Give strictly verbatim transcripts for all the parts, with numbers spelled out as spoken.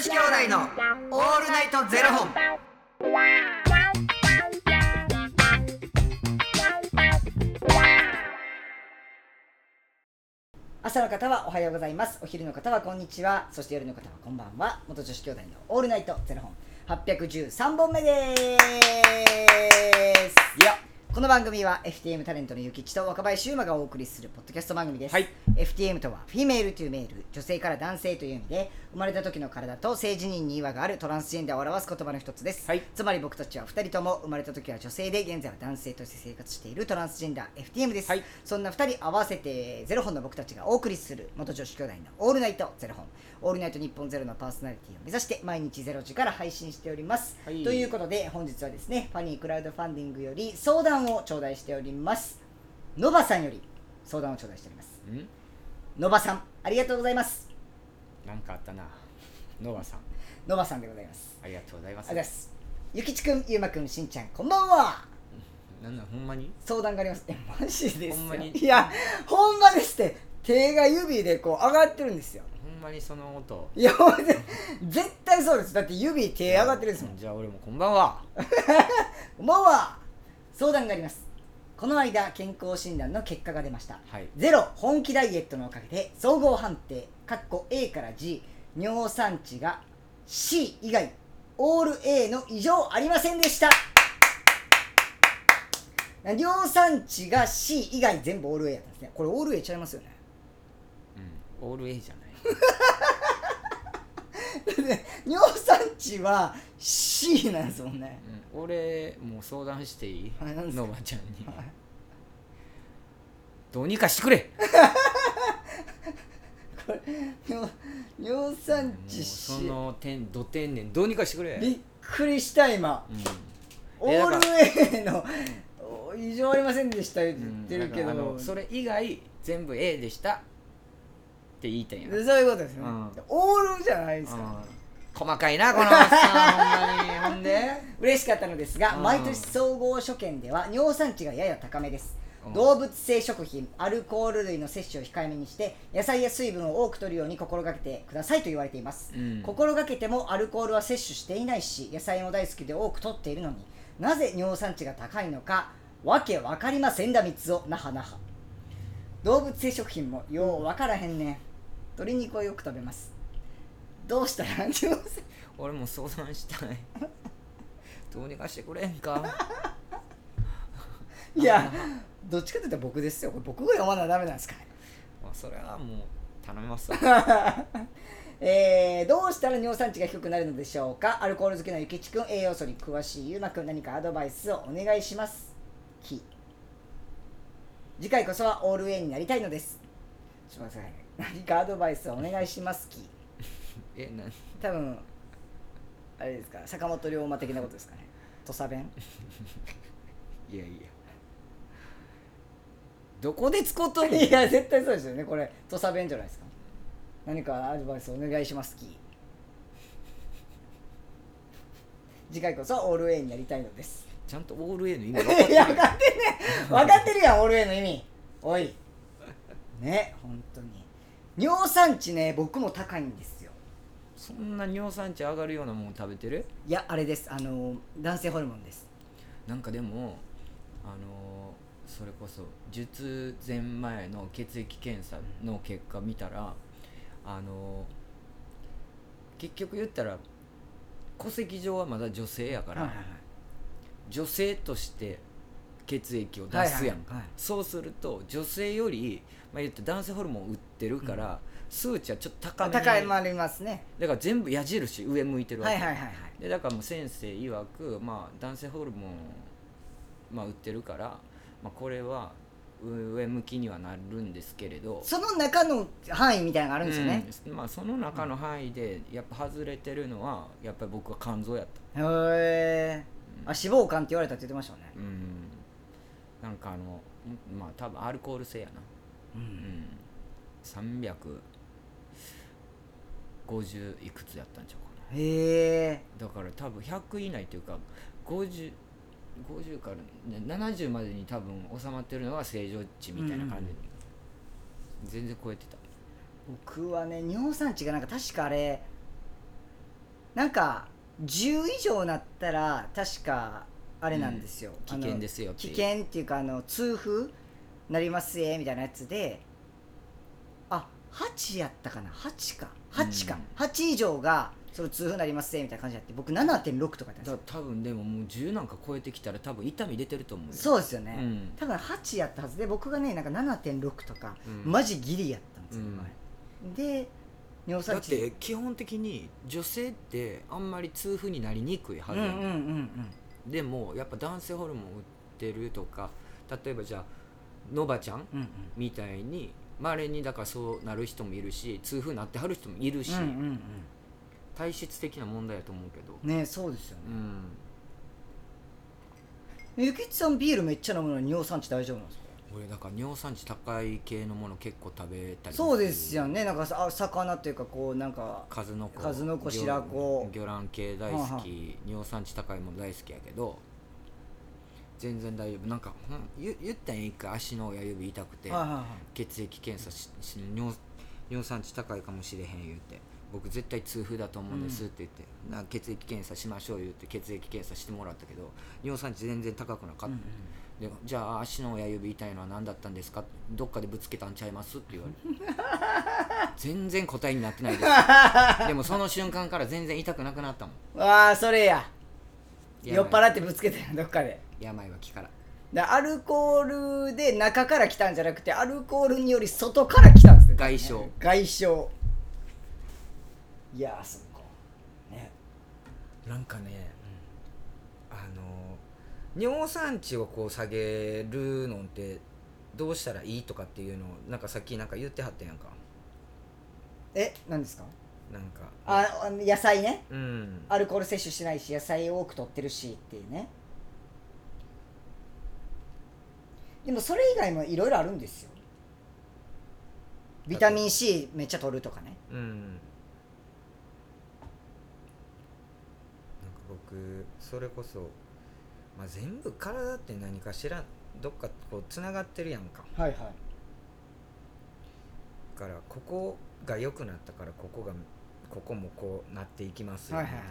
子兄弟のオールナイトゼロ本。 朝の方はおはようございます。お昼の方はこんにちは。そして夜の方はこんばんは。元女子兄弟のオールナイトゼロ本はっぴゃくじゅうさんぼんめです。いやこの番組は エフティーエム タレントのゆきちと若林優馬がお送りするポッドキャスト番組です、はい、エフティーエム とはフィメールトゥーメール、女性から男性という意味で、生まれた時の体と性自認に違和があるトランスジェンダーを表す言葉の一つです、はい、つまり僕たちはふたりとも生まれた時は女性で現在は男性として生活しているトランスジェンダー エフティーエム です、はい、そんなふたり合わせてゼロ本の僕たちがお送りする元女子兄弟のオールナイトゼロ本、オールナイト日本ゼロのパーソナリティを目指して毎日ゼロ時から配信しております、はい、ということで本日はですね、ファニークラウドファンディングより相談を頂戴しております。ノバさんより相談を頂戴しております。んノバさん、ありがとうございます。 なんかあったな。ノバさんノバさんでございます。 ありがとうございます。 ありがとうございます。ゆきちくん、ゆうまくん、しんちゃん、こんばんは。 なんだ、ほんまに相談があります。え、マジですよ。 ほんまに。 いや、ほんまですって。手が指でこう上がってるんですよ。 ほんまにその音。 いや、絶対そうです。だって指手上がってるんですもん。 じゃあ俺もこんばんは。 こんばんは。相談があります。この間健康診断の結果が出ました、はい、ゼロ本気ダイエットのおかげで総合判定 （A から G） 尿酸値が C 以外オール A の異常ありませんでした。尿酸値が C 以外全部オール A やったんですね。これオール A ちゃいますよね。 うん、オール A じゃない尿酸値は C なんですもんね、 うん、俺もう相談していい、はい、ノバちゃんに、はい、どうにかしてくれこれ 尿, 尿酸値 C、 その点ど天然どうにかしてくれ。 びっくりした今、うん、オール A の異常ありませんでした言ってるけど、 うん、それ以外全部 A でしたって言いたいんやな。 そういうことですね、うん、オールじゃないですか、うん、 細かいなこのおっさんほんまに。ほんで嬉しかったのですが、うん、毎年総合所見では尿酸値がやや高めです、うん、動物性食品アルコール類の摂取を控えめにして野菜や水分を多く摂るように心がけてくださいと言われています、うん、心がけてもアルコールは摂取していないし野菜も大好きで多く摂っているのになぜ尿酸値が高いのかわけわかりませんだみつをなはなは。動物性食品もようわからへんねん。鶏肉をよく食べます。どうしたら尿酸俺も相談したいどうにかしてくれんかいやどっちかというと僕ですよ。これ僕が読まなダメなんですかね。 まあ、それはもう頼みますえー、どうしたら尿酸値が低くなるのでしょうか。アルコール好きなゆきちくん、栄養素に詳しいゆうまくん、何かアドバイスをお願いします。次回こそはオール A になりたいのです。ちょっと待ってください。何かアドバイスをお願いしますきえ、な多分あれですか、坂本龍馬的なことですかね。土佐弁いやいやどこで使うとんのいや絶対そうですよね。これ土佐弁じゃないですか。何かアドバイスお願いしますき次回こそオール A になりたいのです。 ちゃんとオール A の意味分かってるいや分かってんね分かってるやんオール A の意味。おいね、本当に尿酸値ね、僕も高いんですよ。 そんな尿酸値上がるようなもの食べてる？ いやあれです、あの男性ホルモンです。 なんかでもあのそれこそ術前前の血液検査の結果見たら、あの結局言ったら戸籍上はまだ女性やから、はいはいはい、女性として血液を出すやん、はいはいはい、そうすると女性より、まあ、言って男性ホルモンを売ってるから、うん、数値はちょっと高めに高いもありますね。 だから全部矢印上向いてるわけ、 はいはいはいはい、 でだからもう先生曰く、まあ、男性ホルモン、まあ、売ってるから、まあ、これは上向きにはなるんですけれど、 その中の範囲みたいなのがあるんですよね、 うん、まあ、その中の範囲でやっぱ外れてるのはやっぱり僕は肝臓やった。 へえ、うん、あ脂肪肝って言われたって言ってましたね。 うん、なんかあのまあ多分アルコール性やな、うんうん、さんびゃくごじゅういくつやったんちゃうかな。 へえ、だから多分ひゃく以内っていうかごじゅう、ごじゅうからななじゅうまでに多分収まってるのが正常値みたいな感じで、うん、全然超えてた。 僕はね尿酸値がなんか確かあれなんかじゅう以上なったら確かあれなんですよ、 うん、危険ですよっていう危険っていうかあの痛風なりますえみたいなやつで、あはちやったかな、はちかはちか、うん、はち以上がその痛風なりますえみたいな感じであって、僕 ななてんろく とかやったんですよ。 だ多分でももうじゅうなんか超えてきたら多分痛み出てると思うよ。 そうですよね、 うん、 多分はちやったはずで、僕がねなんか ななてんろく とか、 うん、 マジギリやったんですよ、 うん、 で尿酸値だって基本的に女性ってあんまり痛風になりにくいはずやね、 うんうんうんうん、 でもやっぱ男性ホルモン売ってるとか、例えばじゃあノバちゃんみたいにまれにだからそうなる人もいるし、痛風になってはる人もいるし、 うんうんうん、 体質的な問題やと思うけどね。そうですよね、 うん、 ゆきちさんビールめっちゃ飲むのに尿酸値大丈夫なんですか？ 俺だから尿酸値高い系のもの結構食べたりする。 そうですよね、なんかあ魚っていうかこうなんか数の子数の子白子魚卵系大好き、 はは尿酸値高いもの大好きやけど全然大丈夫。なんか言, 言ったんや一回、足の親指痛くて、 はいはいはい、 血液検査しし 尿, 尿酸値高いかもしれへん言うて、僕絶対痛風だと思うんですって言って、うん、な血液検査しましょう言って血液検査してもらったけど尿酸値全然高くなかった、うんうん、でじゃあ足の親指痛いのは何だったんですか、どっかでぶつけたんちゃいますって言われて全然答えになってないですでもその瞬間から全然痛くなくなったもん。 ああそれや、酔っ払ってぶつけたよどっかで。 病は気からだアルコールで中から来たんじゃなくて、アルコールにより外から来たんですね。 外傷外傷。いやーそっかね。 なんかね、うん、あの尿酸値をこう下げるのってどうしたらいいとかっていうのをなんかさっきなんか言ってはったやんか。 え何ですか？ なんかあ野菜ね、 うん、 アルコール摂取してないし野菜多く摂ってるしっていうね。でもそれ以外もいろいろあるんですよ。ビタミン C めっちゃ摂るとかね。 うん、なんか僕それこそ、まあ、全部体って何かしらどっかこうつながってるやんか。 はいはい。 だからここが良くなったからここがここもこうなっていきますよね、はいはいはい、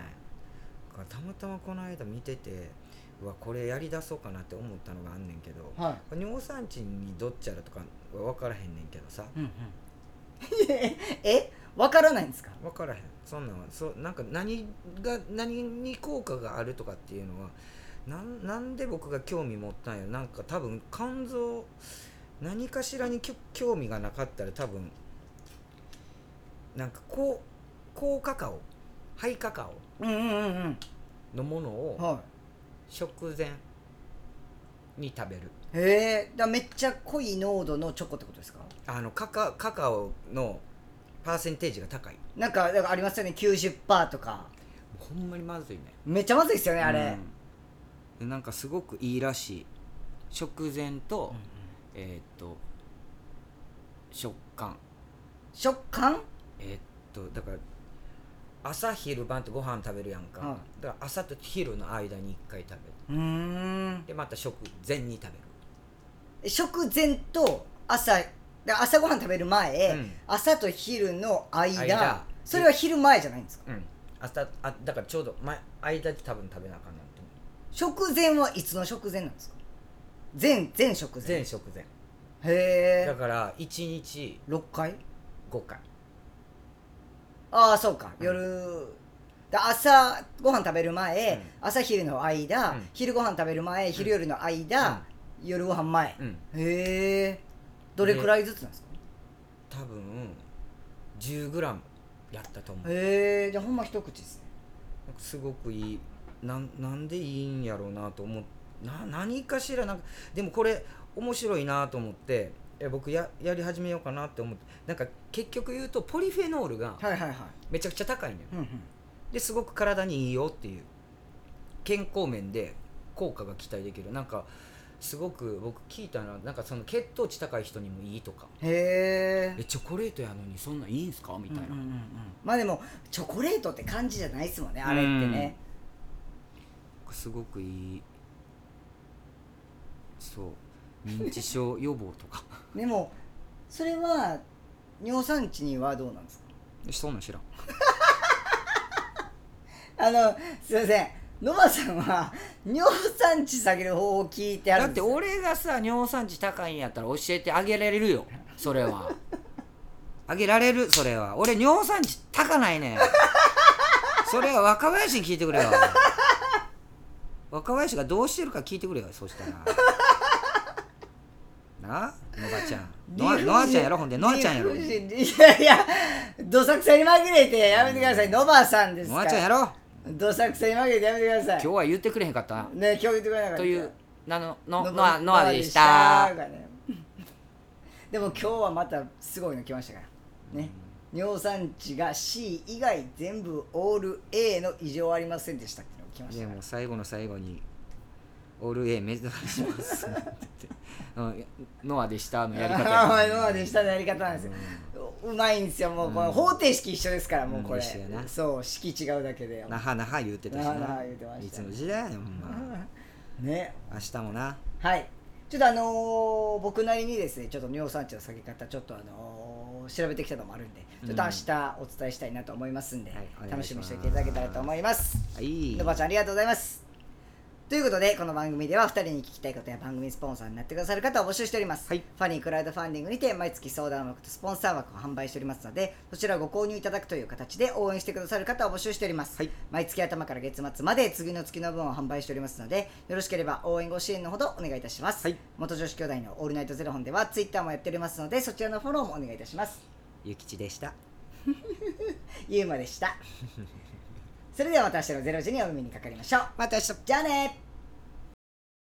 たまたまこの間見てて、うわこれやりだそうかなって思ったのがあんねんけど、はい、尿酸値にどっちやらとか分からへんねんけどさ、うんうん、 え分からないんですか？ 分からへん。そんなんはそなんか何が何に効果があるとかっていうのは な, なんで僕が興味持ったんや。なんか多分肝臓何かしらに興味がなかったら多分なんか高高カカオハイカカオのものを食前に食べる。 へえ、だめっちゃ濃い濃度のチョコってことですか？ あのカカ、カカオのパーセンテージが高い。 なんかだからありますよね きゅうじゅっパーセント とか。 ほんまにまずいね。 めっちゃまずいですよねあれ、 うん、なんかすごくいいらしい。食前と、うんうん、えー、っと食感食感えー、っとだから朝昼晩ってご飯食べるやんか、はい、だから朝と昼の間にいっかい食べる。うーんでまた食前に食べる。 食前と朝朝ごはん食べる前、うん、朝と昼の 間, 間それは昼前じゃないんですか？ うん朝あだからちょうど前間で多分食べなあかんなと思う。食前はいつの食前なんですか？全全食前。 全食前。 へえ。 だからいちにちろっかいごかい。 ああそうか、うん、夜だ朝ご飯食べる前、うん、朝昼の間、うん、昼ご飯食べる前、昼夜の間、うん、夜ご飯前、うん、へえ。どれくらいずつなんですか？ 多分 じゅうグラム やったと思う。 へえ。じゃあほんま一口ですね。 なんかすごくいい な, なんでいいんやろうなと思って、な何かしらなんかでもこれ面白いなと思って、いや僕 や, やり始めようかなって思って、なんか結局言うとポリフェノールがめちゃくちゃ高いのよ、はいはいはい、ですごく体にいいよっていう健康面で効果が期待できる。なんかすごく僕聞いたのはなんかその血糖値高い人にもいいとか。 へえ。 チョコレートやのにそんなんいいんすかみたいな、うんうんうん、 まあでもチョコレートって感じじゃないですもんねあれってね。 すごくいい。そう認知症予防とかでもそれは尿酸値にはどうなんですか？ そんなん知らんあのすいません、ノバさんは尿酸値下げる方法を聞いてあるんですだって俺がさ尿酸値高いんやったら教えてあげられるよ。それはあげられる。それは俺尿酸値高ないねんそれは若林に聞いてくれよ若林がどうしてるか聞いてくれよ。そしたらなあ、のばちゃんのあのあちゃんやろ。ほんでのあちゃんやろ。 いやいや、どさくさに紛れてやめてください。ノバさんですから。 のあちゃんやろ。 どさくさに紛れてやめてください。 今日は言ってくれへんかったね、今日言ってくれなかったというなののののあのあでしたがねでも今日はまたすごいの来ましたからね。尿酸値が C 以外全部オール A の異常ありませんでしたっていうのが来ましたから。 でも最後の最後にオール A 目指しますうんノアでしたのやり方やああ、ノアでしたのやり方なんですよ。うまいんですよ。もうこの方程式一緒ですから、もうこれ、 うん一緒やな。 そう式違うだけで那覇那覇言ってたしな。 那覇那覇言ってましたねいつの時代やほんまね。 明日もな。 はい、ちょっとあのー僕なりにですね、ちょっと尿酸値の下げ方ちょっとあのー調べてきたのもあるんで、ちょっと明日お伝えしたいなと思いますんで、 はい楽しみにしておいていただけたらと思います。 はいのばちゃんありがとうございます。ということで、この番組ではふたりに聞きたいことや番組スポンサーになってくださる方を募集しております、 はい、 ファニークラウドファンディングにて毎月相談枠とスポンサー枠を販売しておりますので、そちらをご購入いただくという形で応援してくださる方を募集しております、 はい、 毎月頭から月末まで次の月の分を販売しておりますので、よろしければ応援ご支援のほどお願いいたします、はい、元女子兄弟のオールナイトゼロ本ではツイッターもやっておりますので、そちらのフォローもお願いいたします。 ゆきちでしたゆうまでしたそれではまた明日のゼロ時にお耳にかかりましょう。 また明日。 じゃあね。